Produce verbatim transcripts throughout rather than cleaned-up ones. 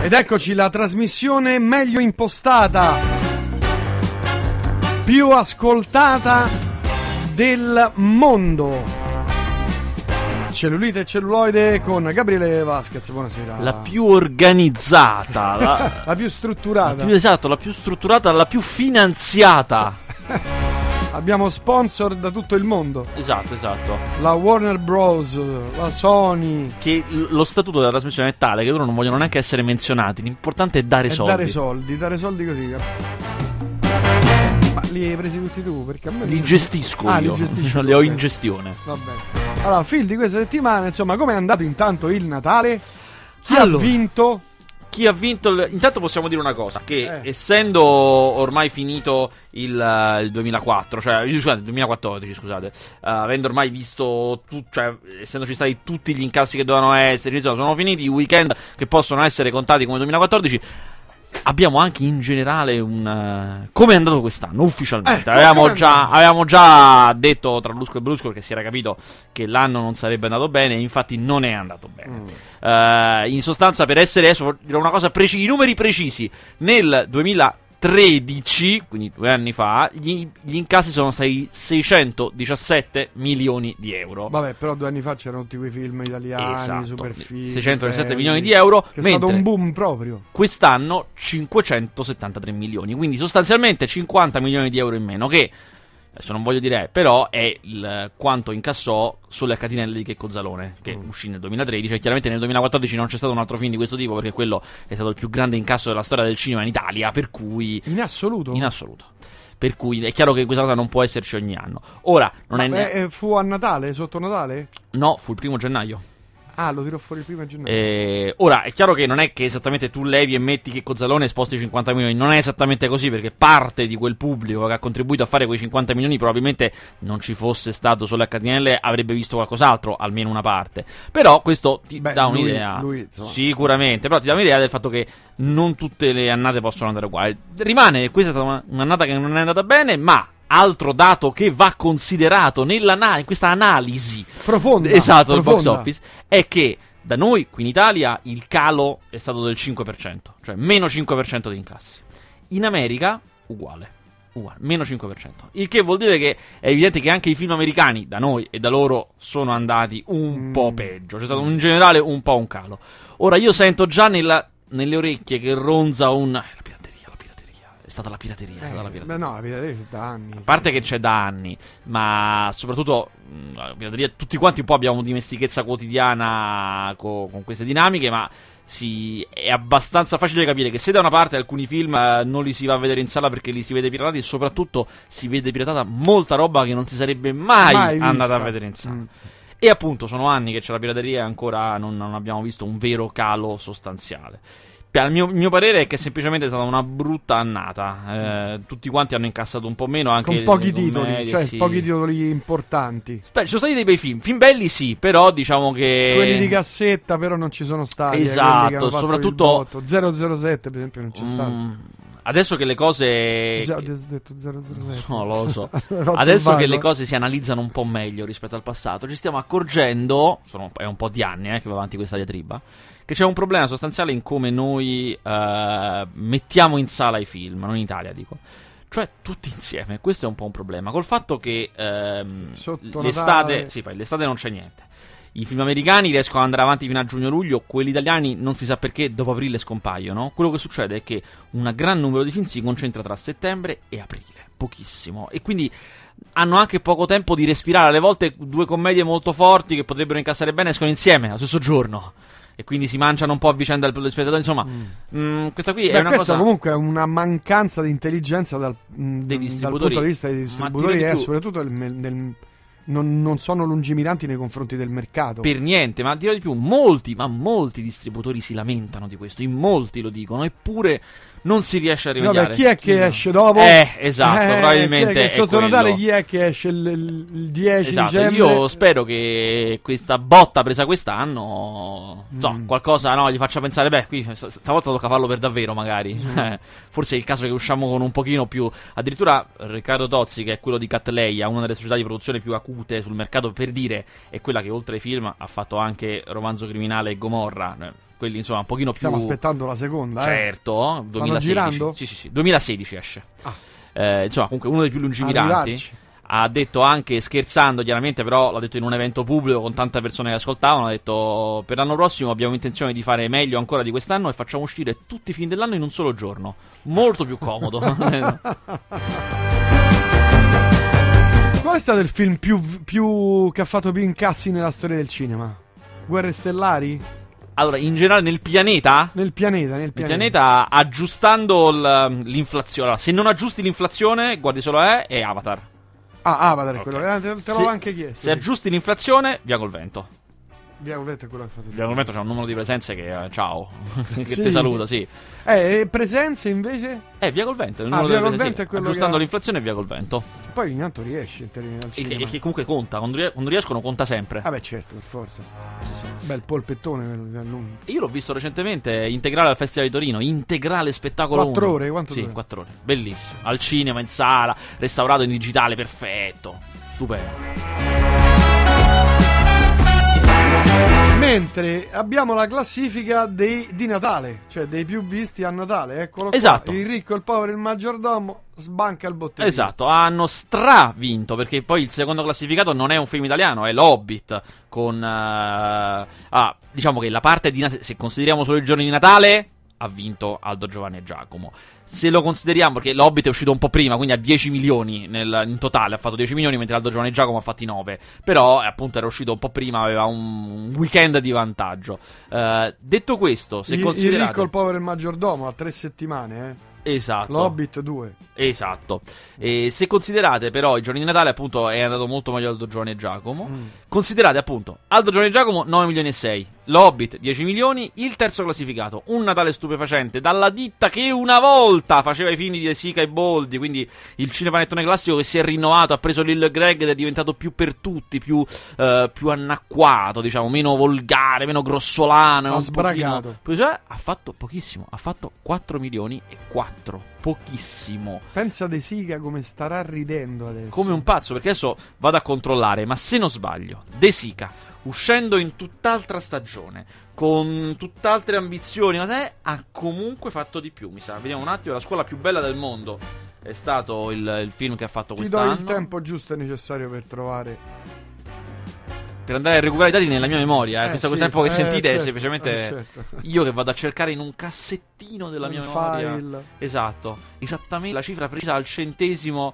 Ed eccoci, la trasmissione meglio impostata, più ascoltata del mondo. Cellulite e celluloide con Gabriele Vasquez, buonasera. La più organizzata, la, la più strutturata. La più, esatto, la più strutturata, la più finanziata. Abbiamo sponsor da tutto il mondo. Esatto, esatto. La Warner Bros, la Sony. Che lo statuto della trasmissione è tale che loro non vogliono neanche essere menzionati. L'importante è dare è soldi. Dare soldi, dare soldi così. Ma li hai presi tutti tu? Perché a me li gestisco ah, io. Li, gestisco li ho in gestione. Va bene. Allora, film di questa settimana, insomma, come è andato intanto il Natale? Chi allora. ha vinto? Chi ha vinto il... Intanto possiamo dire una cosa, che eh. essendo ormai finito il, uh, il duemilaquattro, cioè scusate, il duemilaquattordici, scusate, uh, avendo ormai visto tu, cioè essendoci stati tutti gli incassi che dovevano essere, sono finiti i weekend che possono essere contati come duemilaquattordici. Abbiamo anche in generale un uh, come è andato quest'anno ufficialmente. Eh, avevamo, già, avevamo già detto tra lusco e brusco che si era capito che l'anno non sarebbe andato bene, e infatti non è andato bene. Mm. Uh, in sostanza, per essere adesso dirò una cosa precisa, i numeri precisi: nel duemilatredici, quindi due anni fa, gli, gli incassi sono stati seicentodiciassette milioni di euro. Vabbè, però due anni fa c'erano tutti quei film italiani, esatto, super fighi, seicentodiciassette milioni di euro, che è stato un boom proprio. Quest'anno cinquecentosettantatré milioni, quindi sostanzialmente cinquanta milioni di euro in meno, che adesso non voglio dire, però è il quanto incassò sulle catinelle di Checco Zalone, che mm. uscì nel duemilatredici, e chiaramente nel duemilaquattordici non c'è stato un altro film di questo tipo, perché quello è stato il più grande incasso della storia del cinema in Italia, per cui... In assoluto? In assoluto. Per cui è chiaro che questa cosa non può esserci ogni anno. Ora, non Ma è... Ne- eh, fu a Natale, sotto Natale? No, fu il primo gennaio. Ah, lo tirò fuori il primo gennaio. Eh, ora, è chiaro che non è che esattamente tu levi e metti che Cozzalone e sposti cinquanta milioni. Non è esattamente così, perché parte di quel pubblico che ha contribuito a fare quei cinquanta milioni probabilmente non ci fosse stato solo a Catinelle, avrebbe visto qualcos'altro, almeno una parte. Però questo ti Beh, dà lui, un'idea. lui, sicuramente, però ti dà un'idea del fatto che non tutte le annate possono andare uguali. Rimane, questa è stata una, un'annata che non è andata bene, ma... altro dato che va considerato nella, in questa analisi profonda, esatto, del profonda. box office, è che da noi qui in Italia il calo è stato del cinque per cento, cioè meno cinque per cento di incassi. In America uguale, uguale, meno cinque per cento. Il che vuol dire che è evidente che anche i film americani da noi e da loro sono andati un mm. po' peggio, c'è stato in generale un po' un calo. Ora io sento già nella, nelle orecchie che ronza un... È stata la pirateria, è stata eh, la pirateria. Beh, no, la pirateria c'è da anni. A parte che c'è da anni, ma soprattutto mh, la pirateria, tutti quanti un po' abbiamo dimestichezza quotidiana co- con queste dinamiche, ma si, è abbastanza facile capire che se da una parte alcuni film eh, non li si va a vedere in sala perché li si vede piratati, e soprattutto si vede piratata molta roba che non si sarebbe mai, mai andata a vedere in sala. Mm. E appunto sono anni che c'è la pirateria e ancora non, non abbiamo visto un vero calo sostanziale. Il mio, mio parere è che semplicemente è stata una brutta annata. Eh, tutti quanti hanno incassato un po' meno, anche con pochi commedie, titoli, cioè sì. pochi titoli importanti. Beh, ci sono stati dei bei film, film belli sì, però diciamo che quelli di cassetta però non ci sono stati. Esatto, eh, soprattutto zero zero sette per esempio non c'è mm, stato. Adesso che le cose Z- ho detto zero zero sette. No, lo so. Adesso che le cose si analizzano un po' meglio rispetto al passato, ci stiamo accorgendo, sono, è un po' di anni eh, che va avanti questa diatriba, che c'è un problema sostanziale in come noi uh, mettiamo in sala i film, non in Italia dico, cioè tutti insieme. Questo è un po' un problema, col fatto che uh, l'estate, sì, poi l'estate non c'è niente. I film americani riescono ad andare avanti fino a giugno-luglio, quelli italiani non si sa perché dopo aprile scompaiono. Quello che succede è che un gran numero di film si concentra tra settembre e aprile, pochissimo, e quindi hanno anche poco tempo di respirare. Alle volte due commedie molto forti che potrebbero incassare bene escono insieme allo stesso giorno e quindi si mangiano un po' a vicenda del spettatori. Insomma, mm. mh, questa qui Beh, è una questa cosa... comunque è una mancanza di intelligenza dal, mh, dal punto di vista dei distributori e soprattutto nel, nel, non, non sono lungimiranti nei confronti del mercato. Per niente, ma dirò di più, molti, ma molti distributori si lamentano di questo, in molti lo dicono, eppure non si riesce a rimediare. Vabbè, chi è che esce dopo? Eh, esatto, eh, probabilmente che, è sotto quello. Natale chi è che esce il, il dieci esatto, dicembre? Io spero che questa botta presa quest'anno, mm. so, qualcosa no, gli faccia pensare, beh, qui stavolta tocca farlo per davvero magari. Mm. Forse è il caso che usciamo con un pochino più. Addirittura Riccardo Tozzi, che è quello di Catleya, una delle società di produzione più acute sul mercato, per dire, è quella che oltre ai film ha fatto anche Romanzo Criminale e Gomorra, quelli insomma un pochino più. Stiamo aspettando la seconda, certo, eh. duemilasedici. Stanno girando? Sì, sì, sì, duemilasedici esce. Ah. Eh, insomma, comunque uno dei più lungimiranti. Arrivarci. Ha detto anche, scherzando chiaramente, però l'ha detto in un evento pubblico con tante persone che ascoltavano, ha detto: per l'anno prossimo abbiamo intenzione di fare meglio ancora di quest'anno e facciamo uscire tutti i film dell'anno in un solo giorno, molto più comodo. Qual è stato il film più, più che ha fatto più incassi nella storia del cinema? Guerre Stellari? Allora, in generale nel pianeta? Nel pianeta, nel pianeta. Nel pianeta, aggiustando l'inflazione. Allora, se non aggiusti l'inflazione, guardi solo è, è Avatar. Ah, Avatar è okay. quello, eh, te, te l'avevo anche chiesto. Se aggiusti l'inflazione, Via col Vento. Via col Vento è quello che ha fatto. Via col Vento c'è un numero di presenze che, eh, ciao, che sì. ti saluto, sì. Eh, e presenze invece? Eh, Via col Vento. Il ah, Via col Vento sì. è quello aggiustando che... l'inflazione, Via col Vento. Poi ogni tanto riesce in termini al cinema. E che, che comunque conta, quando, ries- quando riescono conta sempre. Ah beh, certo, per forza. Sì, sì. Bel polpettone. Io l'ho visto recentemente, integrale al Festival di Torino, integrale spettacolo quattro uno. ore? Quanto sì, dura? quattro ore. Bellissimo. Al cinema, in sala, restaurato in digitale, perfetto. Stupendo. Mentre abbiamo la classifica dei, di Natale, cioè dei più visti a Natale, eccolo qua. Esatto. Il ricco, il povero, il maggiordomo sbanca il botteghino. Esatto, hanno stravinto, perché poi il secondo classificato non è un film italiano, è l'Hobbit, con uh, ah, diciamo che la parte di Natale, se consideriamo solo i giorni di Natale, ha vinto Aldo, Giovanni e Giacomo. Se lo consideriamo, perché l'Hobbit è uscito un po' prima, quindi ha dieci milioni nel, in totale, ha fatto dieci milioni, mentre Aldo, Giovanni e Giacomo ha fatti nove. Però appunto era uscito un po' prima, aveva un weekend di vantaggio. uh, Detto questo, se il, considerate il ricco, il povero e il maggiordomo a tre settimane, eh esatto. L'Hobbit due. Esatto. E se considerate però i giorni di Natale, appunto, è andato molto meglio Aldo, Giovanni e Giacomo. Mm. Considerate appunto Aldo, Giovanni e Giacomo nove milioni e sei, l'Hobbit dieci milioni, il terzo classificato Un Natale stupefacente, dalla ditta che una volta faceva i film di De Sica e Boldi, quindi il cinepanettone classico che si è rinnovato, ha preso Lil Greg ed è diventato più per tutti, più, uh, più annacquato, diciamo, meno volgare, meno grossolano, ha sbragato. Pochino, cioè, ha fatto pochissimo, ha fatto quattro milioni e quattro, pochissimo. Pensa De Sica come starà ridendo adesso. Come un pazzo, perché adesso vado a controllare, ma se non sbaglio, De Sica, uscendo in tutt'altra stagione, con tutt'altre ambizioni, ma te ha comunque fatto di più, mi sa. Vediamo un attimo, La scuola più bella del mondo è stato il, il film che ha fatto Ti quest'anno. Ti do il tempo giusto e necessario per trovare... per andare a recuperare i dati nella mia memoria, eh. eh questo sì, tempo che eh, sentite certo, è semplicemente eh, certo. io che vado a cercare in un cassettino della un mia file. memoria. Esatto, esattamente la cifra precisa al centesimo.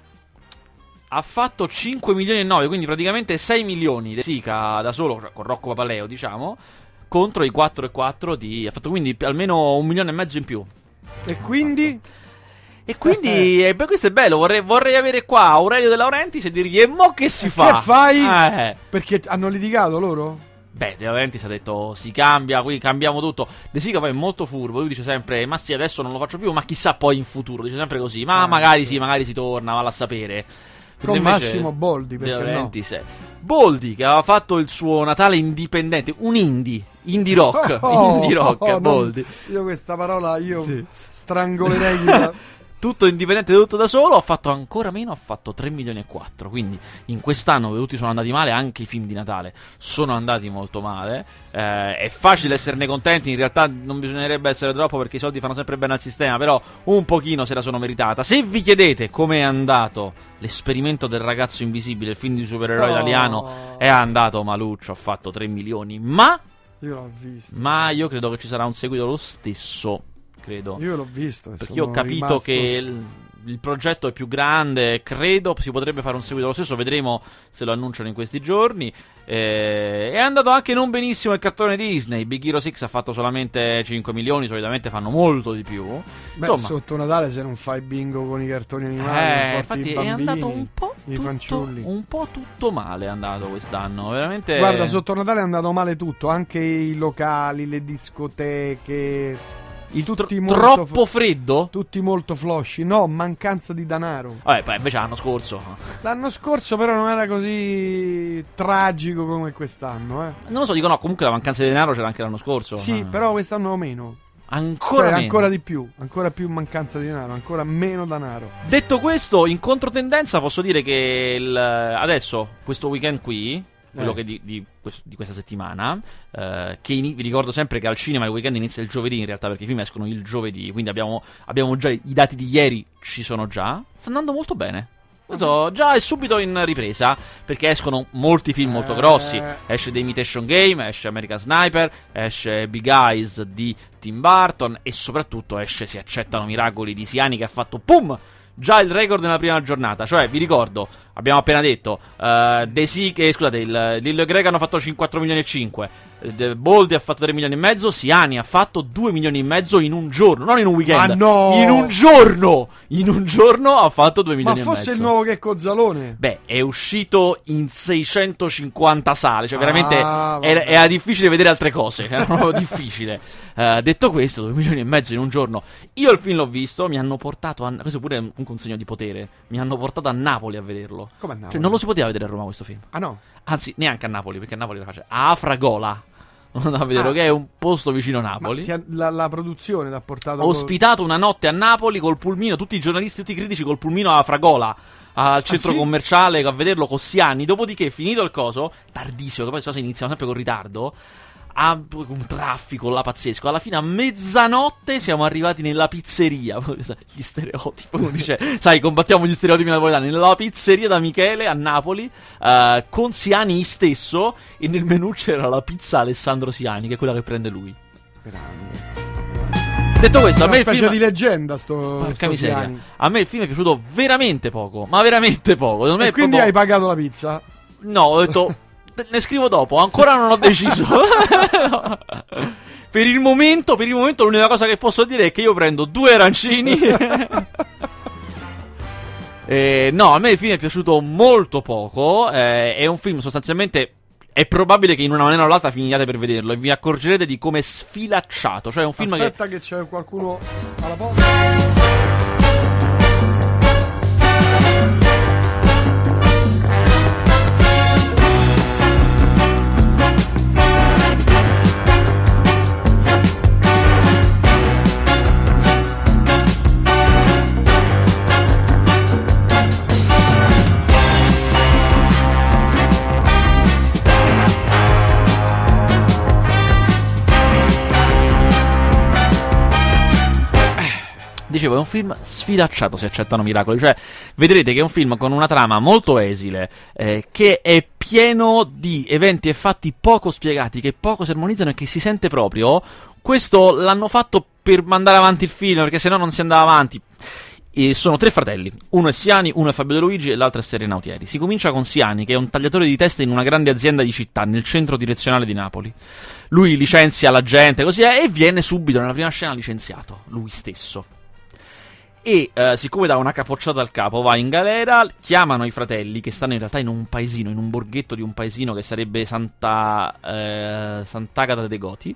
Ha fatto cinque milioni e nove, quindi praticamente sei milioni De Sica da solo, cioè con Rocco Papaleo, diciamo, contro i quattro e quattro di... ha fatto quindi almeno un milione e mezzo in più. E quindi... E quindi, eh, beh, questo è bello, vorrei, vorrei avere qua Aurelio De Laurentiis e dirgli, e mo che si e fa? Che fai? Eh. Perché hanno litigato loro? Beh, De Laurentiis ha detto, si cambia, qui cambiamo tutto. De Sica poi è molto furbo, lui dice sempre, ma sì, adesso non lo faccio più, ma chissà poi in futuro, dice sempre così, ma ah, magari sì, magari si torna, valla a sapere. Con Massimo Boldi, perché De Laurentiis no? è Boldi, che aveva fatto il suo Natale indipendente, un indie, indie rock, oh, indie rock, oh, Boldi. Non, io questa parola, io sì. strangolerei da... Tutto indipendente, tutto da solo, ha fatto ancora meno, ha fatto tre milioni e quattro, quindi in quest'anno tutti sono andati male, anche i film di Natale sono andati molto male, eh, è facile esserne contenti, in realtà non bisognerebbe essere troppo perché i soldi fanno sempre bene al sistema, però un pochino se la sono meritata. Se vi chiedete com'è andato l'esperimento del ragazzo invisibile, il film di supereroe oh. italiano, è andato maluccio, ha fatto tre milioni, ma io l'ho visto. Ma io credo che ci sarà un seguito lo stesso. Credo. Io l'ho visto perché io ho capito che il, il progetto è più grande, credo si potrebbe fare un seguito lo stesso, vedremo se lo annunciano in questi giorni. Eh, è andato anche non benissimo il cartone Disney. Big Hero sei ha fatto solamente cinque milioni, solitamente fanno molto di più. Beh, insomma, sotto Natale se non fai bingo con i cartoni animali, eh, infatti i bambini, è andato un po' i tutto, fanciulli, un po' tutto male è andato quest'anno, veramente. Guarda, sotto Natale è andato male tutto, anche i locali, le discoteche. Il tro- troppo fr- freddo? Tutti molto flosci. No, mancanza di denaro. Vabbè, poi invece l'anno scorso. L'anno scorso però non era così tragico come quest'anno, eh. Non lo so, dico no, comunque la mancanza di denaro c'era anche l'anno scorso. Sì, ah. però quest'anno meno. Ancora cioè, meno. ancora di più, ancora più mancanza di denaro, ancora meno denaro. Detto questo, in controtendenza posso dire che il, adesso, questo weekend qui, quello eh. che di, di, di questa settimana, eh, che in, vi ricordo sempre che al cinema il weekend inizia il giovedì in realtà, perché i film escono il giovedì, quindi abbiamo, abbiamo già i dati di ieri, ci sono già, sta andando molto bene. So, già è subito in ripresa, perché escono molti film molto grossi. Esce The Imitation Game, esce American Sniper, esce Big Eyes di Tim Burton e soprattutto esce Si accettano miracoli di Siani, che ha fatto pum! Già il record nella prima giornata. Cioè, vi ricordo, abbiamo appena detto uh, De Sica, che scusate, il Lillo e Greg hanno fatto quattro milioni e cinque, The Boldi ha fatto tre milioni e mezzo, Siani ha fatto due milioni e mezzo in un giorno, non in un weekend. Ma no! In un giorno! In un giorno ha fatto due milioni e mezzo. Ma fosse il nuovo Checco Zalone? Beh, è uscito in seicentocinquanta sale, cioè veramente ah, era, era difficile vedere altre cose, era proprio difficile. Uh, detto questo, due milioni e mezzo in un giorno. Io il film l'ho visto, mi hanno portato a... questo pure è un consegno di potere. Mi hanno portato a Napoli a vederlo. Come a Napoli? Cioè non lo si poteva vedere a Roma questo film. Ah no? Anzi, neanche a Napoli, perché a Napoli la face a Afragola. A vedere ah. che è un posto vicino a Napoli. Ma ha, la, la produzione l'ha portato. Ho ospitato una notte a Napoli col pulmino, tutti i giornalisti, tutti i critici col pulmino a Fragola, al centro ah, sì? commerciale, a vederlo con Siani. Dopodiché, finito il coso, tardissimo, che poi le cose iniziano sempre con ritardo. A un traffico là pazzesco. Alla fine a mezzanotte siamo arrivati nella pizzeria. Gli stereotipi, come dice, sai, combattiamo gli stereotipi napoletani. Nella pizzeria da Michele a Napoli, uh, con Siani stesso. E nel menù c'era la pizza Alessandro Siani, che è quella che prende lui. Grande. Detto questo, a me il film film di leggenda sto, sto Siani. A me il film è piaciuto veramente poco, ma veramente poco. E me quindi proprio... hai pagato la pizza? No, ho detto ne scrivo dopo, ancora non ho deciso. No. Per il momento, per il momento l'unica cosa che posso dire è che io prendo due arancini. eh, no, a me il film è piaciuto molto poco. Eh, è un film sostanzialmente. È probabile che in una maniera o l'altra finiate per vederlo e vi accorgerete di come è sfilacciato. Cioè è un film Aspetta che... che c'è qualcuno alla porta. Dicevo, è un film sfilacciato, Si accettano miracoli. Cioè, vedrete che è un film con una trama molto esile, eh, che è pieno di eventi e fatti poco spiegati, che poco si armonizzano e che si sente proprio. Questo l'hanno fatto per mandare avanti il film, perché sennò non si andava avanti. E sono tre fratelli, uno è Siani, uno è Fabio De Luigi e l'altro è Serena Autieri. Si comincia con Siani, che è un tagliatore di teste in una grande azienda di città, nel centro direzionale di Napoli. Lui licenzia la gente, così è, e viene subito nella prima scena licenziato, lui stesso. E uh, siccome dà una capocciata al capo, va in galera, chiamano i fratelli, che stanno in realtà in un paesino, in un borghetto di un paesino che sarebbe Santa eh, Sant'Agata dei Goti,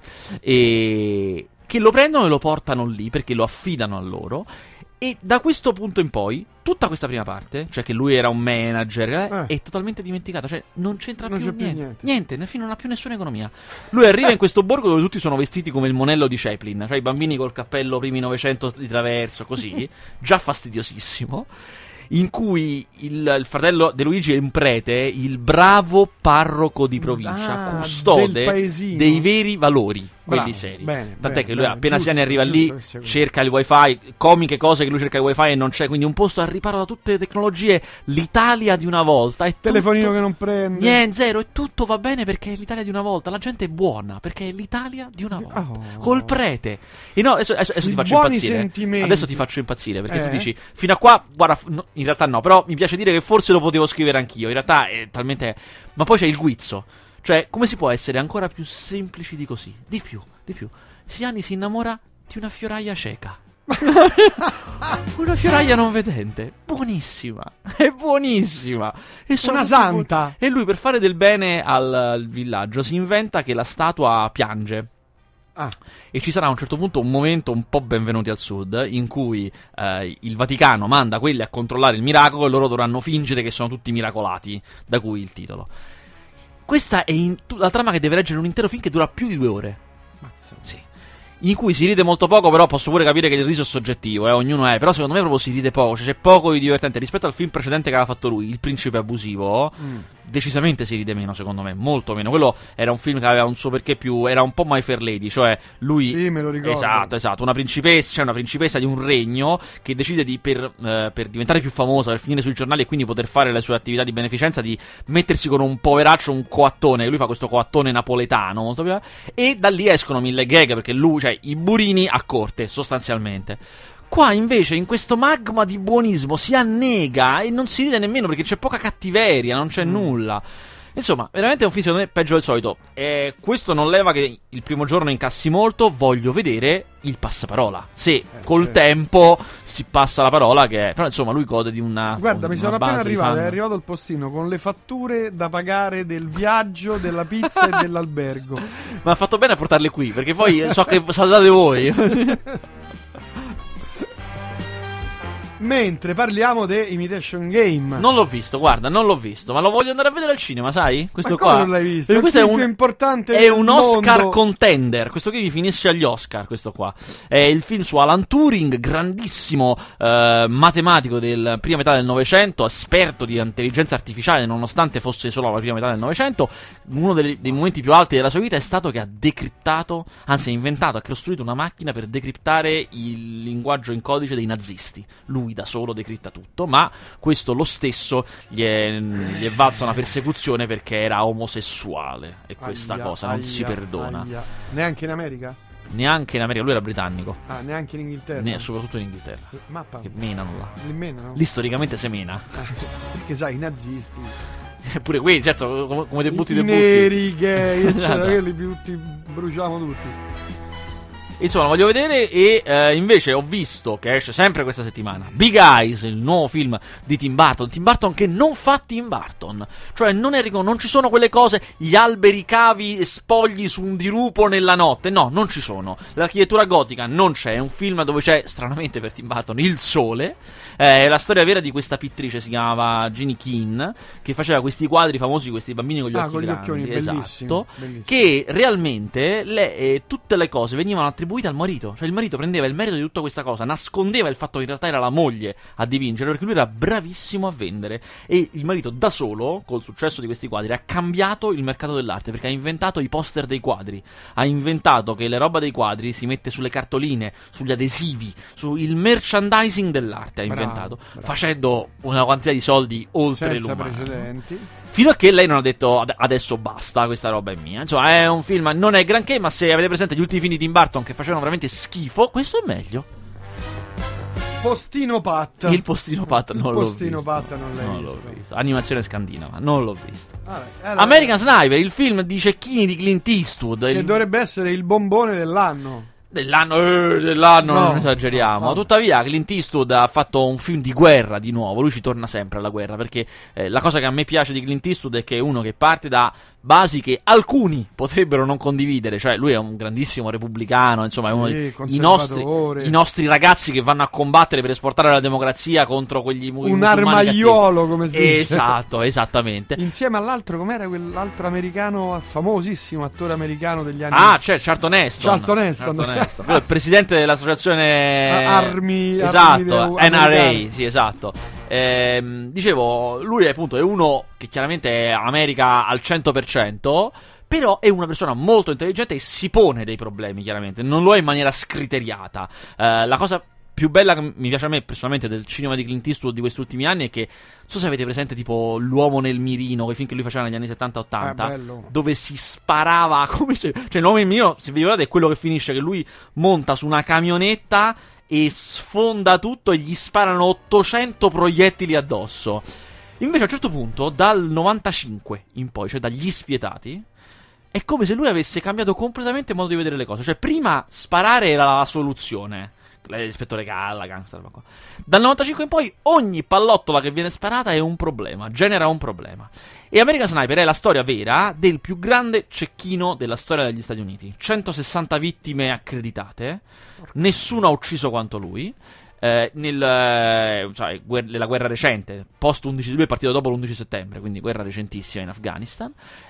e che lo prendono e lo portano lì perché lo affidano a loro. E da questo punto in poi, tutta questa prima parte, cioè che lui era un manager, eh, eh. è totalmente dimenticata. Cioè non c'entra non più, c'è niente. più niente. Niente, nel film non ha più nessuna economia. Lui arriva in questo borgo dove tutti sono vestiti come il monello di Chaplin, cioè i bambini col cappello primi novecento di traverso, così, già fastidiosissimo. In cui il, il fratello De Luigi è un prete, il bravo parroco di provincia, ah, custode dei veri valori, quelli Bravo, seri. Bene, Tant'è bene, che lui bene, appena giusto, Siani arriva lì, cerca il wifi, comiche cose che lui cerca il wifi e non c'è, quindi un posto al riparo da tutte le tecnologie, l'Italia di una volta. È telefonino tutto, che non prende. Niente, zero, e tutto va bene perché è l'Italia di una volta, la gente è buona, perché è l'Italia di una volta. Oh. Col prete. E no, adesso, adesso, adesso ti faccio impazzire. Sentimenti. Adesso ti faccio impazzire, perché eh. tu dici, fino a qua, guarda, no, in realtà no, però mi piace dire che forse lo potevo scrivere anch'io, in realtà è talmente... Ma poi c'è il guizzo. Cioè, come si può essere ancora più semplici di così? Di più, di più. Siani si innamora di una fioraia cieca. Una fioraia non vedente. Buonissima. È buonissima. E una santa. Bu- e lui, per fare del bene al, al villaggio, si inventa che la statua piange. Ah. E ci sarà a un certo punto un momento un po' Benvenuti al Sud in cui eh, il Vaticano manda quelli a controllare il miracolo e loro dovranno fingere che sono tutti miracolati, da cui il titolo. Questa è in, la trama che deve reggere un intero film che dura più di due ore. Mazza. Sì. In cui si ride molto poco, però posso pure capire che il riso è soggettivo, eh, ognuno è. Però secondo me proprio si ride poco, cioè c'è poco di divertente. Rispetto al film precedente che aveva fatto lui, Il Principe Abusivo, mm. decisamente si ride meno, secondo me, molto meno. Quello era un film che aveva un suo perché più, era un po' My Fair Lady, cioè lui... Sì, me lo ricordo. Esatto, esatto, una principessa, cioè una principessa di un regno che decide di, per, eh, per diventare più famosa, per finire sui giornali e quindi poter fare le sue attività di beneficenza, di mettersi con un poveraccio, un coattone, lui fa questo coattone napoletano, molto più, e da lì escono mille gag, perché lui, cioè i burini a corte, sostanzialmente. Qua invece in questo magma di buonismo si annega e non si ride nemmeno perché c'è poca cattiveria, non c'è mm. nulla. Insomma, veramente è un film secondo me peggio del solito. E questo non leva che il primo giorno incassi molto. Voglio vedere il passaparola. Se eh, col certo. tempo si passa la parola che è... Però insomma lui gode di una... Guarda, una mi sono appena arrivato, è arrivato il postino con le fatture da pagare del viaggio, della pizza e dell'albergo. Ma ha fatto bene a portarle qui, perché poi so che salutate voi. Mentre parliamo di Imitation Game. Non l'ho visto, guarda, non l'ho visto, ma lo voglio andare a vedere al cinema, sai? Questo ma come qua non l'hai visto? Perché è questo il è un più importante È un Oscar mondo. contender. Questo qui finisce agli Oscar, questo qua. È il film su Alan Turing, grandissimo eh, matematico del prima metà del Novecento, esperto di intelligenza artificiale, nonostante fosse solo la prima metà del Novecento. Uno dei, dei momenti più alti della sua vita è stato che ha decriptato, anzi ha inventato, ha costruito una macchina per decriptare il linguaggio in codice dei nazisti. Lui da solo decripta tutto, ma questo lo stesso gli è, gli è valsa una persecuzione perché era omosessuale e questa aia, cosa non aia, si perdona. Aia. Neanche in America? Neanche in America, lui era britannico. Ah, neanche in Inghilterra? Ne, soprattutto in Inghilterra. Mappa. Che menano là. Li menano? Lì storicamente se mena. Ah, cioè, perché sai, i nazisti. Pure quelli, certo, come, come debutti I, debutti. I neri, gay, eccetera, quelli tutti bruciamo tutti. Insomma, voglio vedere e eh, invece ho visto che esce sempre questa settimana Big Eyes, il nuovo film di Tim Burton. Tim Burton che non fa Tim Burton, cioè non, è, non ci sono quelle cose, gli alberi cavi e spogli su un dirupo nella notte. No, non ci sono. L'architettura gotica non c'è. È un film dove c'è, stranamente per Tim Burton, il sole. Eh, è la storia vera di questa pittrice, si chiamava Jeannie Keane, che faceva questi quadri famosi di questi bambini con gli ah, occhi con gli grandi. occhioni, esatto, bellissimo, bellissimo. Che realmente le, eh, tutte le cose venivano attribuite al marito, cioè il marito prendeva il merito di tutta questa cosa, nascondeva il fatto che in realtà era la moglie a dipingere, perché lui era bravissimo a vendere, e il marito da solo, col successo di questi quadri, ha cambiato il mercato dell'arte, perché ha inventato i poster dei quadri, ha inventato che le roba dei quadri si mette sulle cartoline, sugli adesivi, sul merchandising dell'arte, ha inventato, bravo, bravo. Facendo una quantità di soldi oltre senza l'umano. precedenti. Fino a che lei non ha detto adesso basta, questa roba è mia. Insomma, è un film, non è granché, ma se avete presente gli ultimi film di Tim Burton che facevano veramente schifo, questo è meglio. Postino Pat. Il Postino Pat non il l'ho postino visto. Pat non l'hai non visto. l'ho visto. Animazione scandinava, non l'ho visto. Ah, allora, American Sniper, il film di cecchini di Clint Eastwood. Che il... dovrebbe essere il bombone dell'anno. Dell'anno, eh, dell'anno no, non esageriamo. no. Tuttavia Clint Eastwood ha fatto un film di guerra di nuovo. Lui ci torna sempre alla guerra, perché eh, la cosa che a me piace di Clint Eastwood è che è uno che parte da basi che alcuni potrebbero non condividere. Cioè lui è un grandissimo repubblicano, insomma, è uno sì, dei nostri, i nostri ragazzi che vanno a combattere per esportare la democrazia contro quegli mu- un armaiolo cattivi. Come si dice. Esatto, esattamente. Insieme all'altro, com'era quell'altro americano, famosissimo attore americano degli anni ah c'è Charlton Heston Charlton Heston, Charlton Heston. Lui è il presidente dell'associazione Armi, esatto, Armi N R A, sì, esatto. Ehm, dicevo, lui è appunto è uno che chiaramente è America al cento per cento, però è una persona molto intelligente e si pone dei problemi, chiaramente non lo è in maniera scriteriata. Eh, la cosa più bella che mi piace a me personalmente del cinema di Clint Eastwood di questi ultimi anni è che, non so se avete presente tipo L'uomo nel mirino, quei film che lui faceva negli anni settanta ottanta, eh, dove si sparava come se... cioè L'uomo nel mirino, se vi ricordate, è quello che finisce che lui monta su una camionetta e sfonda tutto e gli sparano ottocento proiettili addosso. Invece a un certo punto, dal novantacinque in poi, cioè dagli Spietati, è come se lui avesse cambiato completamente il modo di vedere le cose. Cioè prima sparare era la soluzione, l'ispettore Callaghan, questa roba qua. Dal novantacinque in poi ogni pallottola che viene sparata è un problema, genera un problema. E American Sniper è la storia vera del più grande cecchino della storia degli Stati Uniti. centosessanta vittime accreditate, nessuno ha ucciso quanto lui. Eh, nel, eh, cioè, guer- nella guerra recente, post undici luglio, è partito dopo l'undici settembre, quindi guerra recentissima in Afghanistan.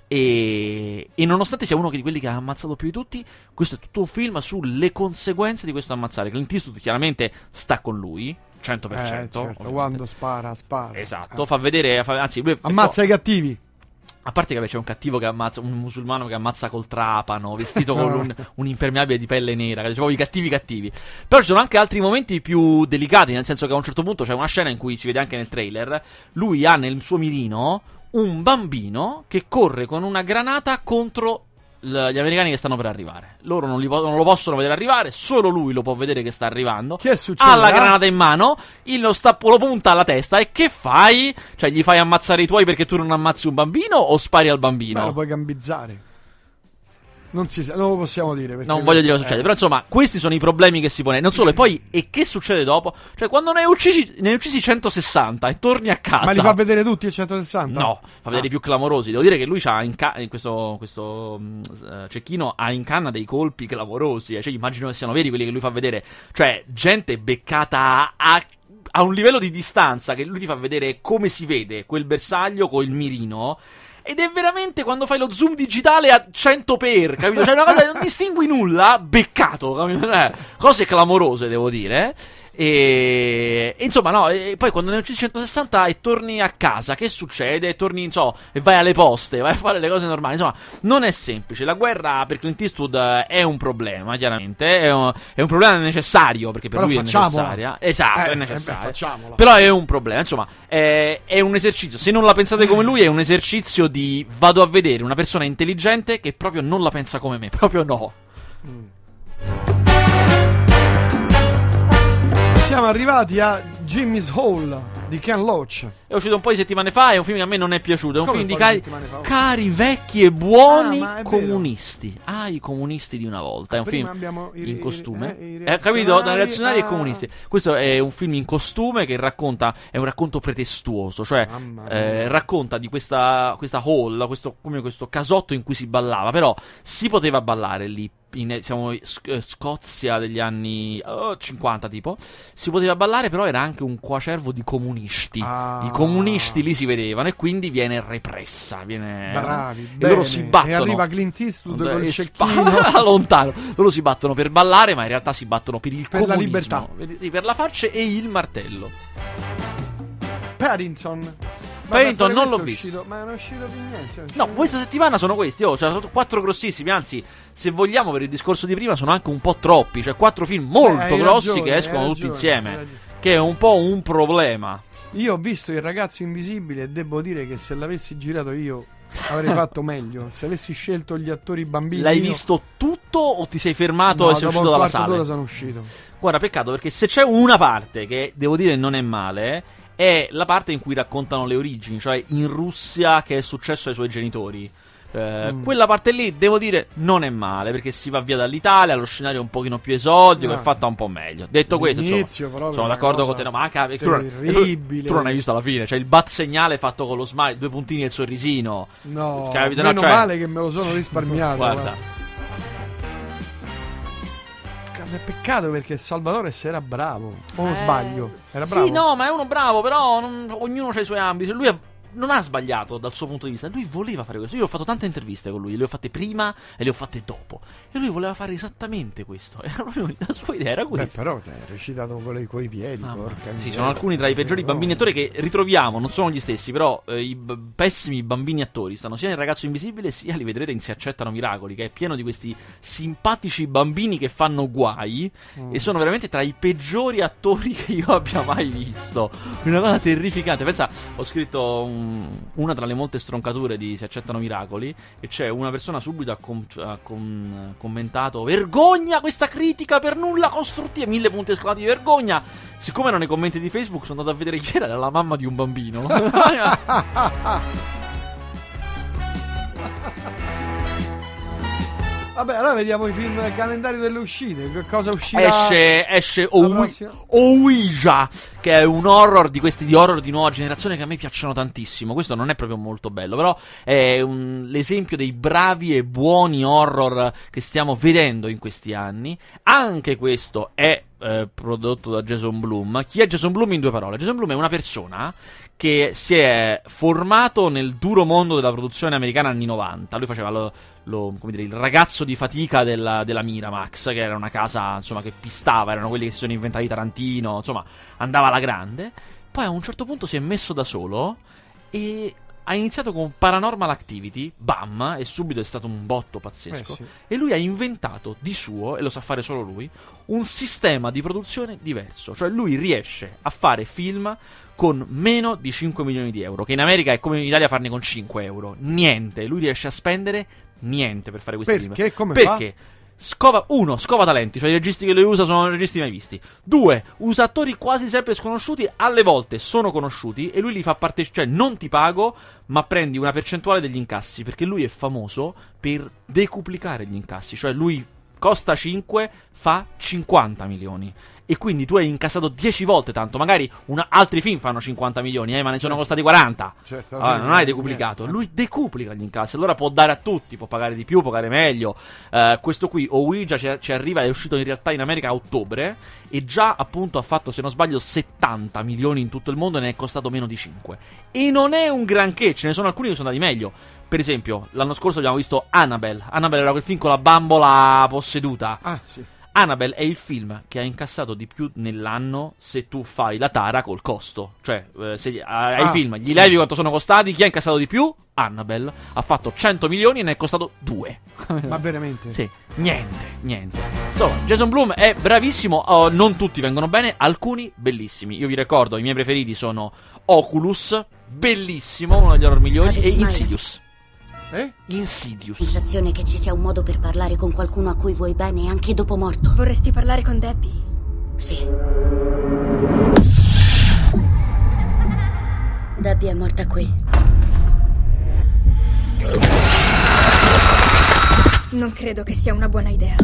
E, e nonostante sia uno di quelli che ha ammazzato più di tutti, questo è tutto un film sulle conseguenze di questo ammazzare. Clint Eastwood chiaramente sta con lui cento per cento, eh, certo, quando spara, spara. Esatto, eh. fa vedere, fa, anzi, lui ammazza i cattivi. A parte che c'è un cattivo che ammazza, un musulmano che ammazza col trapano, vestito con un, un impermeabile di pelle nera, che diciamo i cattivi cattivi. Però ci sono anche altri momenti più delicati, nel senso che a un certo punto c'è una scena in cui si vede anche nel trailer, lui ha nel suo mirino un bambino che corre con una granata contro gli americani che stanno per arrivare. Loro non, li po- non lo possono vedere arrivare, solo lui lo può vedere che sta arrivando. Che succede? Ha la granata in mano, il lo, sta- lo punta alla testa e che fai? Cioè gli fai ammazzare i tuoi perché tu non ammazzi un bambino o spari al bambino? Beh, lo puoi gambizzare. Non, si sa- non lo possiamo dire. Non voglio dire cosa succede, eh. però insomma, questi sono i problemi che si pone. Non solo, e poi, e che succede dopo? Cioè, quando ne hai uccisi, ne hai uccisi centosessanta e torni a casa. Ma li fa vedere tutti i centosessanta? No, fa vedere i ah. più clamorosi. Devo dire che lui c'ha in ca- questo, questo uh, cecchino ha in canna dei colpi clamorosi. Eh. Cioè, immagino che siano veri quelli che lui fa vedere. Cioè, gente beccata a, a un livello di distanza che lui ti fa vedere come si vede quel bersaglio col mirino. Ed è veramente quando fai lo zoom digitale a cento per, capito? Cioè una cosa che non distingui nulla, beccato, capito? Eh, cose clamorose, devo dire. E, e insomma, no, e poi quando ne uccidi centosessanta e torni a casa, che succede? Torni, so, e vai alle poste, vai a fare le cose normali. Insomma, non è semplice. La guerra per Clint Eastwood è un problema, chiaramente. È un, è un problema necessario, perché per però lui facciamola. è necessaria. Esatto, eh, è necessaria. Eh beh, però è un problema. Insomma, è, è un esercizio. Se non la pensate come lui, è un esercizio di vado a vedere una persona intelligente che proprio non la pensa come me. Proprio no. Mm. Siamo arrivati a Jimmy's Hole di Ken Loach. È uscito un po' di settimane fa. È un film che a me non è piaciuto. È un Come film un di po' di cari, settimane fa? cari vecchi e buoni Ah, ma è comunisti. Ah, i comunisti di una volta. È un Prima film abbiamo i- in i- costume. eh, i Eh, capito? Da reazionari ah. e comunisti. Questo è un film in costume che racconta. È un racconto pretestuoso. Cioè, Mamma mia. eh, racconta di questa, questa hall, questo, come questo casotto in cui si ballava. Però si poteva ballare lì. In, siamo in Sc- Scozia degli anni oh, cinquanta tipo. Si poteva ballare, però era anche un coacervo di comunisti. Ah. I comunisti lì si vedevano e quindi viene repressa. Viene... Bravi, e bene. loro si battono. E arriva Clint Eastwood Eh, col e cecchino spa- lontano. Loro si battono per ballare, ma in realtà si battono per il Per la comunismo. libertà. Per, sì, per la faccia e il martello. Paddington. Paddington Ma non questo l'ho è visto. uscito- ma non è uscito più niente. cioè, No, uscito- questa settimana sono questi, oh, cioè, sono quattro grossissimi, anzi, se vogliamo per il discorso di prima sono anche un po' troppi, cioè quattro film molto Eh, hai grossi ragione, che hai escono tutti ragione, hai insieme, ragione. che è un po' un problema. Io ho visto Il ragazzo invisibile e devo dire che se l'avessi girato io avrei fatto meglio. Se avessi scelto gli attori bambini. L'hai io- visto tutto o ti sei fermato No, e sei dopo uscito un dalla quarto sala? d'ora sono uscito. Guarda, peccato, perché se c'è una parte che devo dire non è male, è la parte in cui raccontano le origini, cioè in Russia che è successo ai suoi genitori. Eh, Mm. Quella parte lì, devo dire, non è male, perché si va via dall'Italia, lo scenario è un pochino più esotico, No. è fatta un po' meglio. Detto questo, L'inizio, insomma, proprio sono una d'accordo cosa con te, no, ma anche tu, non- terribile. tu non hai visto alla fine, cioè il bat segnale fatto con lo smile, due puntini e il sorrisino. No, Capito? No, meno cioè- male che me lo sono risparmiato. Guarda. guarda. È peccato perché Salvatore se era bravo. O non Eh, sbaglio? Era bravo? Sì, no, ma è uno bravo, però non- ognuno ha i suoi ambiti. Lui ha- non ha sbagliato dal suo punto di vista. Lui voleva fare questo. Io ho fatto tante interviste con lui, le ho fatte prima e le ho fatte dopo. E lui voleva fare esattamente questo. Era proprio, la sua idea era Beh, questa. però te hai recitato con i coi piedi. Ah, porca sì, miseria. sono alcuni tra i peggiori No. bambini attori che ritroviamo, non sono gli stessi, però eh, i b- pessimi bambini attori stanno sia nel Ragazzo Invisibile, sia li vedrete in Si accettano miracoli, che è pieno di questi simpatici bambini che fanno guai Mm. e sono veramente tra i peggiori attori che io abbia mai visto. Una cosa terrificante. Pensa, ho scritto un- una tra le molte stroncature di Si accettano miracoli e c'è una persona subito ha, com- ha com- commentato: vergogna questa critica per nulla costruttiva, mille punti esclamativi, vergogna. Siccome erano nei commenti di Facebook sono andato a vedere chi era, era la mamma di un bambino. Vabbè, allora vediamo i film, il calendario delle uscite. Che cosa uscirà? Esce, esce Ouija, che è un horror di questi di horror di nuova generazione che a me piacciono tantissimo. Questo non è proprio molto bello, però è un, l'esempio dei bravi e buoni horror che stiamo vedendo in questi anni. Anche questo è eh, prodotto da Jason Blum. Chi è Jason Blum in due parole? Jason Blum è una persona che si è formato nel duro mondo della produzione americana anni novanta. Lui faceva lo, lo, come dire, il ragazzo di fatica della, della Miramax, che era una casa, insomma, che pistava, erano quelli che si sono inventati Tarantino, insomma, andava alla grande. Poi a un certo punto si è messo da solo e ha iniziato con Paranormal Activity, bam, e subito è stato un botto pazzesco. Eh sì. E lui ha inventato di suo, e lo sa fare solo lui, un sistema di produzione diverso. Cioè lui riesce a fare film con meno di cinque milioni di euro, che in America è come in Italia farne con cinque euro. Niente, lui riesce a spendere niente per fare questi Perché? film. Come Perché? fa? Scova, uno, scova talenti, cioè i registi che lui usa sono registi mai visti. Due, usa attori quasi sempre sconosciuti, alle volte sono conosciuti e lui li fa partecipare, cioè non ti pago, ma prendi una percentuale degli incassi, perché lui è famoso per decuplicare gli incassi, cioè lui costa cinque, fa cinquanta milioni. E quindi tu hai incassato dieci volte tanto. Magari una, altri film fanno cinquanta milioni, eh, ma ne sono costati quaranta. Certo, allora, non hai decuplicato. Lui decuplica gli incassi. Allora può dare a tutti, può pagare di più, può pagare meglio. Uh, questo qui, Ouija, ci, ci arriva, è uscito in realtà in America a ottobre. E già appunto ha fatto, se non sbaglio, settanta milioni in tutto il mondo e ne è costato meno di cinque. E non è un granché, ce ne sono alcuni che sono andati meglio. Per esempio, l'anno scorso abbiamo visto Annabelle. Annabelle era quel film con la bambola posseduta. Ah, sì. Annabelle è il film che ha incassato di più nell'anno se tu fai la tara col costo. Cioè, eh, se ai ah, film gli levi quanto sono costati, chi ha incassato di più? Annabelle. Ha fatto cento milioni e ne è costato due. Ma veramente? Sì, niente, niente. Insomma, Jason Blum è bravissimo, oh, non tutti vengono bene, alcuni bellissimi. Io vi ricordo, i miei preferiti sono Oculus, bellissimo, uno degli horror migliori, Avete e Insidious. Eh? Insidious. Sensazione che ci sia un modo per parlare con qualcuno a cui vuoi bene anche dopo morto. Vorresti parlare con Debbie? Sì. Debbie è morta qui. Non credo che sia una buona idea.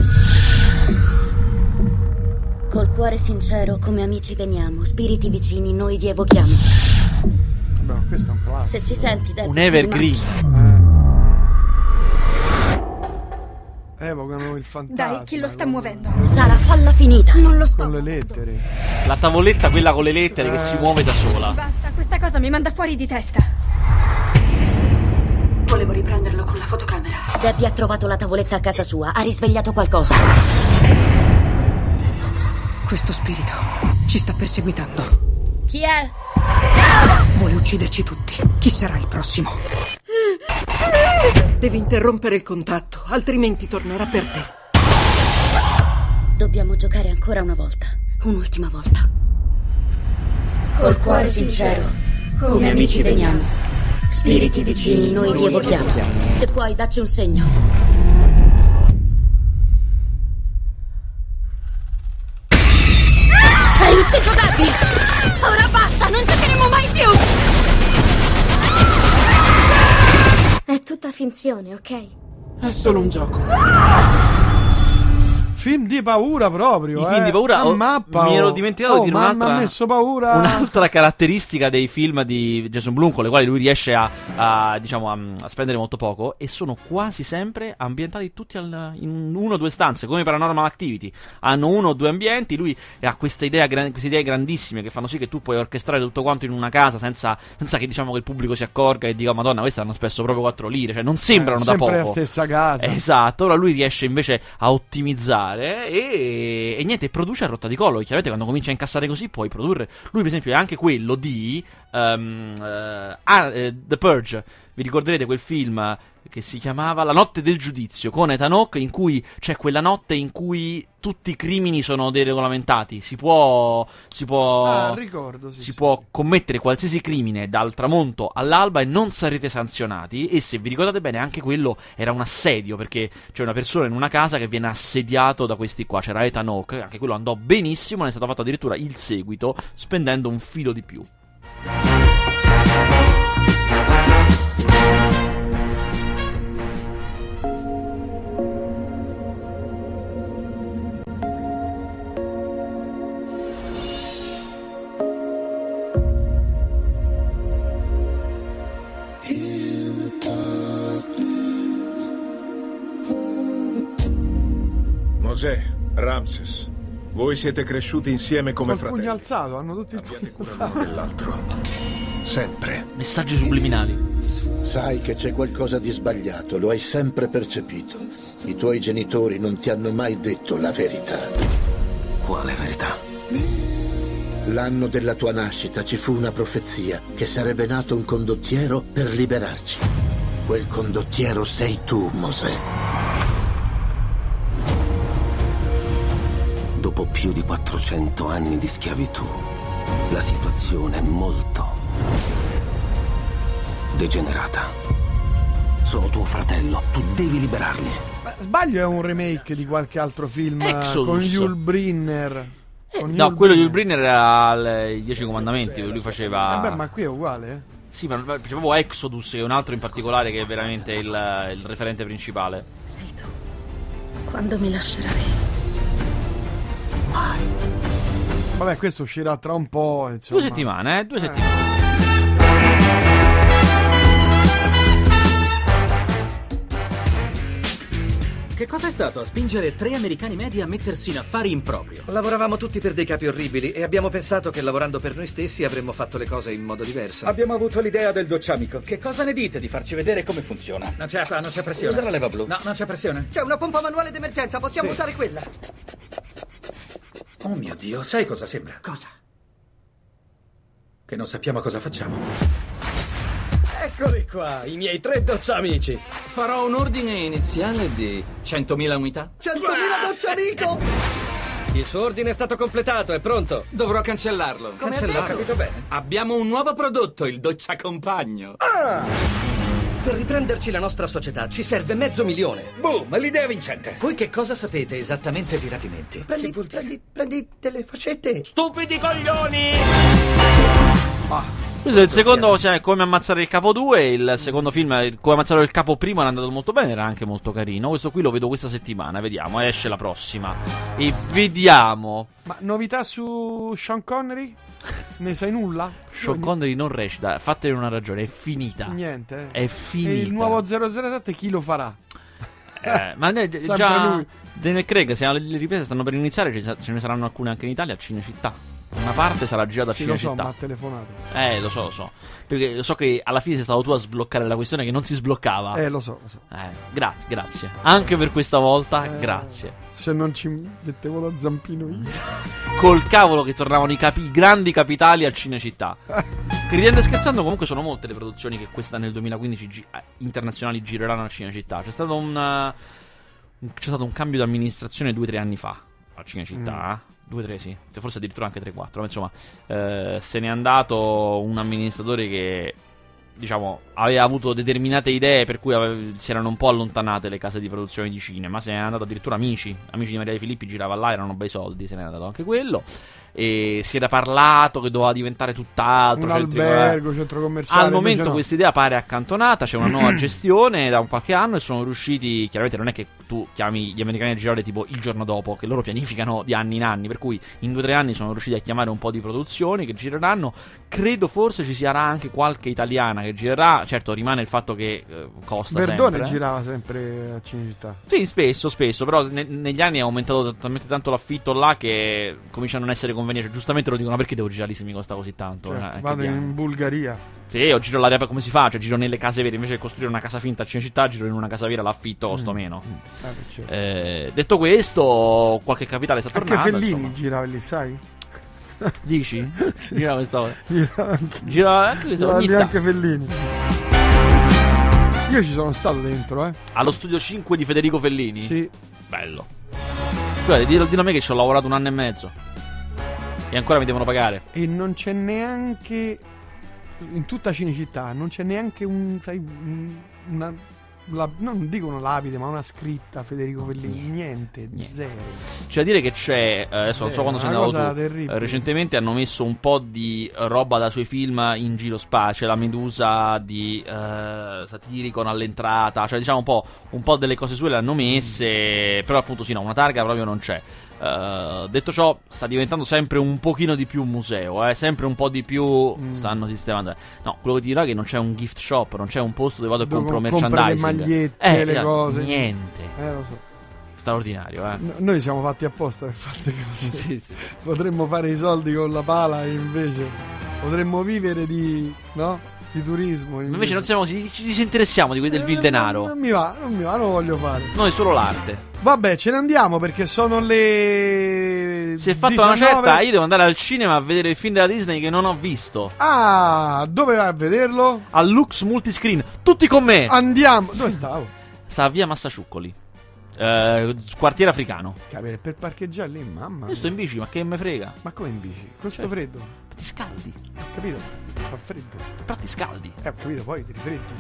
Col cuore sincero, come amici veniamo, spiriti vicini, noi vi evochiamo. Beh, questo è un classico. Se ci senti, Debbie, un evergreen. Eh. Evocano il fantasma. Dai, chi lo sta con... muovendo? Sara, falla finita. Non lo sto con le muovendo. lettere. La tavoletta, quella con le lettere eh. che si muove da sola. Basta, questa cosa mi manda fuori di testa. Volevo riprenderlo con la fotocamera. Debbie ha trovato la tavoletta a casa sua. Ha risvegliato qualcosa. Questo spirito ci sta perseguitando. Chi è? Vuole ucciderci tutti. Chi sarà il prossimo? Devi interrompere il contatto, altrimenti tornerà per te. Dobbiamo giocare ancora una volta. Un'ultima volta. Col cuore sincero, come amici veniamo. Spiriti vicini, noi vi evochiamo. Se puoi, dacci un segno. Hai ucciso Debbie! Ora basta, non giocheremo mai più! È tutta finzione, ok? È solo un gioco. Film di paura proprio. I eh. film di paura. Oh, mappa, mi ero oh. dimenticato oh, di dire ma un'altra. Mi ha messo paura. Un'altra caratteristica dei film di Jason Blum, con le quali lui riesce a, a diciamo a, a spendere molto poco, e sono quasi sempre ambientati tutti al, in uno o due stanze, come Paranormal Activity. Hanno uno o due ambienti. Lui ha queste idee, queste idee grandissime che fanno sì che tu puoi orchestrare tutto quanto in una casa senza, senza che diciamo che il pubblico si accorga e dica: Madonna, queste hanno spesso proprio quattro lire. Cioè non sembrano eh, da poco. Sempre la stessa casa. Esatto. Ora lui riesce invece a ottimizzare e E, e niente, produce a rotta di collo. Chiaramente quando comincia a incassare così puoi produrre. Lui per esempio è anche quello di um, uh, ah, uh, The Purge. Vi ricorderete quel film che si chiamava La notte del giudizio, con Ethan Hawke, in cui c'è quella notte in cui tutti i crimini sono deregolamentati. Si può si può ah, ricordo, sì, si sì, può sì. commettere qualsiasi crimine dal tramonto all'alba e non sarete sanzionati. E se vi ricordate bene, anche quello era un assedio, perché c'è una persona in una casa che viene assediato da questi qua. C'era Ethan Hawke, anche quello andò benissimo, ne è stato fatto addirittura il seguito spendendo un filo di più. José, Ramses, voi siete cresciuti insieme come Col fratelli. pugno alzato, hanno tutti il Abbiate pugno cura l'uno dell'altro. Sempre. Messaggi subliminali. Sai che c'è qualcosa di sbagliato, lo hai sempre percepito. I tuoi genitori non ti hanno mai detto la verità. Quale verità? L'anno della tua nascita ci fu una profezia che sarebbe nato un condottiero per liberarci. Quel condottiero sei tu, Mosè. Dopo più di quattrocento anni di schiavitù, la situazione è molto degenerata. Sono tuo fratello, tu devi liberarli. Ma sbaglio, è un remake di qualche altro film Exodus. con Yul Brynner. Con No, Yul quello di Brynner. Yul Brynner era i Dieci Comandamenti, lui faceva... Vabbè, ma qui è uguale, eh? Sì, ma c'è proprio Exodus, che è un altro in particolare che è veramente il, il referente principale. Sei tu. Quando mi lascerai? Mai. Vabbè, questo uscirà tra un po', insomma. Due settimane, eh? Due Eh. settimane. Che cosa è stato a spingere tre americani medi a mettersi in affari in proprio? Lavoravamo tutti per dei capi orribili e abbiamo pensato che lavorando per noi stessi avremmo fatto le cose in modo diverso. Abbiamo avuto l'idea del docciamico. Che cosa ne dite di farci vedere come funziona? Non c'è, non c'è pressione. Usa la leva blu. No, non c'è pressione. C'è una pompa manuale d'emergenza, possiamo Sì. usare quella. Oh mio Dio, sai cosa sembra? Cosa? Che non sappiamo cosa facciamo. Eccoli qua, i miei tre docciamici. Farò un ordine iniziale di centomila unità. centomila docciamico! Il suo ordine è stato completato, è pronto. Dovrò cancellarlo. Come Cancellarlo? ha detto? Capito bene? Abbiamo un nuovo prodotto, il docciacompagno. Per riprenderci la nostra società ci serve mezzo milione. Boom, l'idea vincente. Voi che cosa sapete esattamente di rapimenti? Prendi, prendi, prendi delle fascette. Stupidi coglioni! Questo è il secondo, cioè Come ammazzare il capo due. Il secondo film, il Come ammazzare il capo primo, era andato molto bene, era anche molto carino. Questo qui lo vedo questa settimana, vediamo, esce la prossima. E vediamo. Ma novità su Sean Connery? Ne sai nulla? Sean Connery non recita, fatene una ragione, è finita. Niente. È finita. E il nuovo zero zero sette chi lo farà? Eh, ma ne, Sempre già lui. Daniel Craig, se le riprese stanno per iniziare, ce, ce ne saranno alcune anche in Italia a Cinecittà. Una parte sarà girata a Sì, lo so, Cinecittà. ma ha telefonato. Eh, lo so, lo so. Perché so che alla fine sei stato tu a sbloccare la questione che non si sbloccava. Eh, lo so, lo so. Eh, grazie, grazie. Anche per questa volta, Eh, grazie. Se non ci mettevo lo zampino io. Col cavolo che tornavano i, capi, i grandi capitali a Cinecittà. Che ridendo e scherzando, comunque sono molte le produzioni che questa nel duemilaquindici gi- eh, internazionali gireranno a Cinecittà. C'è stato un, uh, un c'è stato un cambio di amministrazione due o tre anni fa a Cinecittà. Mm. Due, tre, sì, forse addirittura anche tre, quattro. Ma insomma, eh, se n'è andato un amministratore che, diciamo, aveva avuto determinate idee per cui ave- si erano un po' allontanate le case di produzione di cinema. Se n'è andato addirittura Amici. Amici di Maria De Filippi girava là, erano bei soldi, se n'è andato anche quello. E si era parlato che doveva diventare tutt'altro. Un centri- albergo, centro commerciale. Al momento no. questa idea pare accantonata, c'è una nuova gestione da un qualche anno e sono riusciti, chiaramente non è che tu chiami gli americani a girare tipo il giorno dopo, che loro pianificano di anni in anni, per cui in due o tre anni sono riusciti a chiamare un po' di produzioni che gireranno. Credo forse ci sarà anche qualche italiana che girerà, certo rimane il fatto che eh, costa Verdone sempre. girava sempre a Cinecittà. Sì, spesso, spesso, però ne- negli anni è aumentato talmente tanto l'affitto là che comincia a non essere conveniente. Giustamente lo dicono, ma perché devo girare lì se mi costa così tanto? Certo, Eh, vado che in Bulgaria. Sì, o giro l'area, come si fa? Cioè giro nelle case vere, invece di costruire una casa finta a Cinecittà, giro in una casa vera, l'affitto costo Mm. meno. Eh, beh, certo. Eh, detto questo, qualche capitale sta Anche tornando. Fellini insomma. girava lì, sai? Dici? Sì. Girava questa volta. Girava anche, Girava anche questa girava ogni lì ta- anche Fellini. Io ci sono stato dentro, eh. Allo studio cinque di Federico Fellini? Sì. Bello. Guarda, dillo, dillo a me che ci ho lavorato un anno e mezzo. E ancora mi devono pagare. E non c'è neanche in tutta Cinecittà non c'è neanche un, sai, un- una la, non dico una lapide, ma una scritta Federico Fellini, niente, Niente. zero. C'è da dire che c'è, eh, adesso non so Eh, quando sei una andato cosa tu, terribile. eh, recentemente hanno messo un po' di roba da suoi film in giro spa, c'è la Medusa di eh, Satiricon all'entrata, cioè diciamo un po', un po' delle cose sue le hanno messe, però appunto sì, no, una targa proprio non c'è. Uh, detto ciò, sta diventando sempre un pochino di più un museo, eh? Sempre un po' di più Mm. stanno sistemando. No, quello che ti dirò è che non c'è un gift shop, non c'è un posto dove vado e Dove compro compri le merchandising. magliette, eh, le esatto, cose. niente. Eh, lo so. straordinario, eh. No, noi siamo fatti apposta per fare queste cose. Sì, sì. Potremmo fare i soldi con la pala e invece potremmo vivere di, no? Di turismo. Invece, invece non siamo, ci, ci disinteressiamo di quelli del eh, vil denaro. Non, non mi va, non mi va, non lo voglio fare. Noi solo l'arte. Vabbè, ce ne andiamo perché sono le Si è fatta diciannove. una certa, io devo andare al cinema a vedere il film della Disney che non ho visto. Ah, dove vai a vederlo? Al Lux Multiscreen, tutti con me. Andiamo. Dove stavo? Sta a via Massaciuccoli. Eh, quartiere africano. Capire, per parcheggiare lì, mamma. Io sto in bici, ma che me frega? Ma come in bici? Con sto Cioè, freddo? Ti scaldi. Ho capito? Fa freddo. Però ti scaldi. Eh, ho capito, poi ti rifreddi.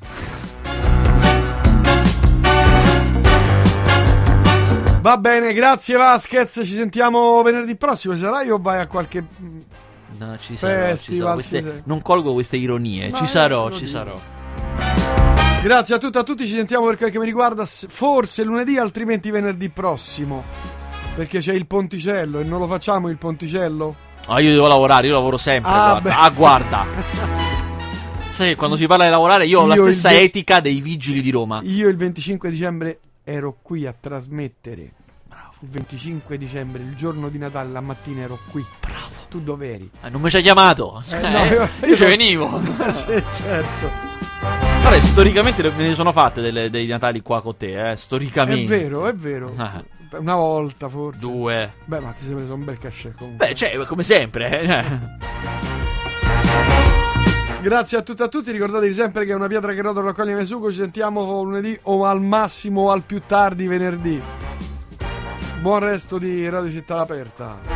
Va bene, grazie Vasquez, ci sentiamo venerdì prossimo. Sarai o vai a qualche No, ci sarò, festival? ci sarò queste, ci sei. non colgo queste ironie. Ma ci eh, sarò, lo ci dico. sarò. Grazie a tutti, a tutti, ci sentiamo per quel che mi riguarda s- forse lunedì, altrimenti venerdì prossimo. Perché c'è il ponticello e non lo facciamo il ponticello? Ah, io devo lavorare, io lavoro sempre. Ah, guarda. beh. Ah, guarda. Sai che quando si parla di lavorare io ho la Io il stessa ve- etica dei vigili di Roma. Io il venticinque dicembre ero qui a trasmettere. Bravo. Il venticinque dicembre, il giorno di Natale, la mattina ero qui. Bravo. Tu dove eri? Eh, non mi ci hai chiamato. Eh, Eh, no, io- io ci venivo. Sì, certo. Però storicamente me ne sono fatte delle, dei Natali qua con te, eh, storicamente. È vero, è vero. Ah. Una volta forse. Due. Beh, ma ti sei preso un bel cachet comunque. Beh, cioè, come sempre. Eh. Grazie a tutti e a tutti. Ricordatevi sempre che è una pietra che rotola raccoglie Mesugo. Ci sentiamo lunedì o al massimo al più tardi venerdì. Buon resto di Radio Città Aperta.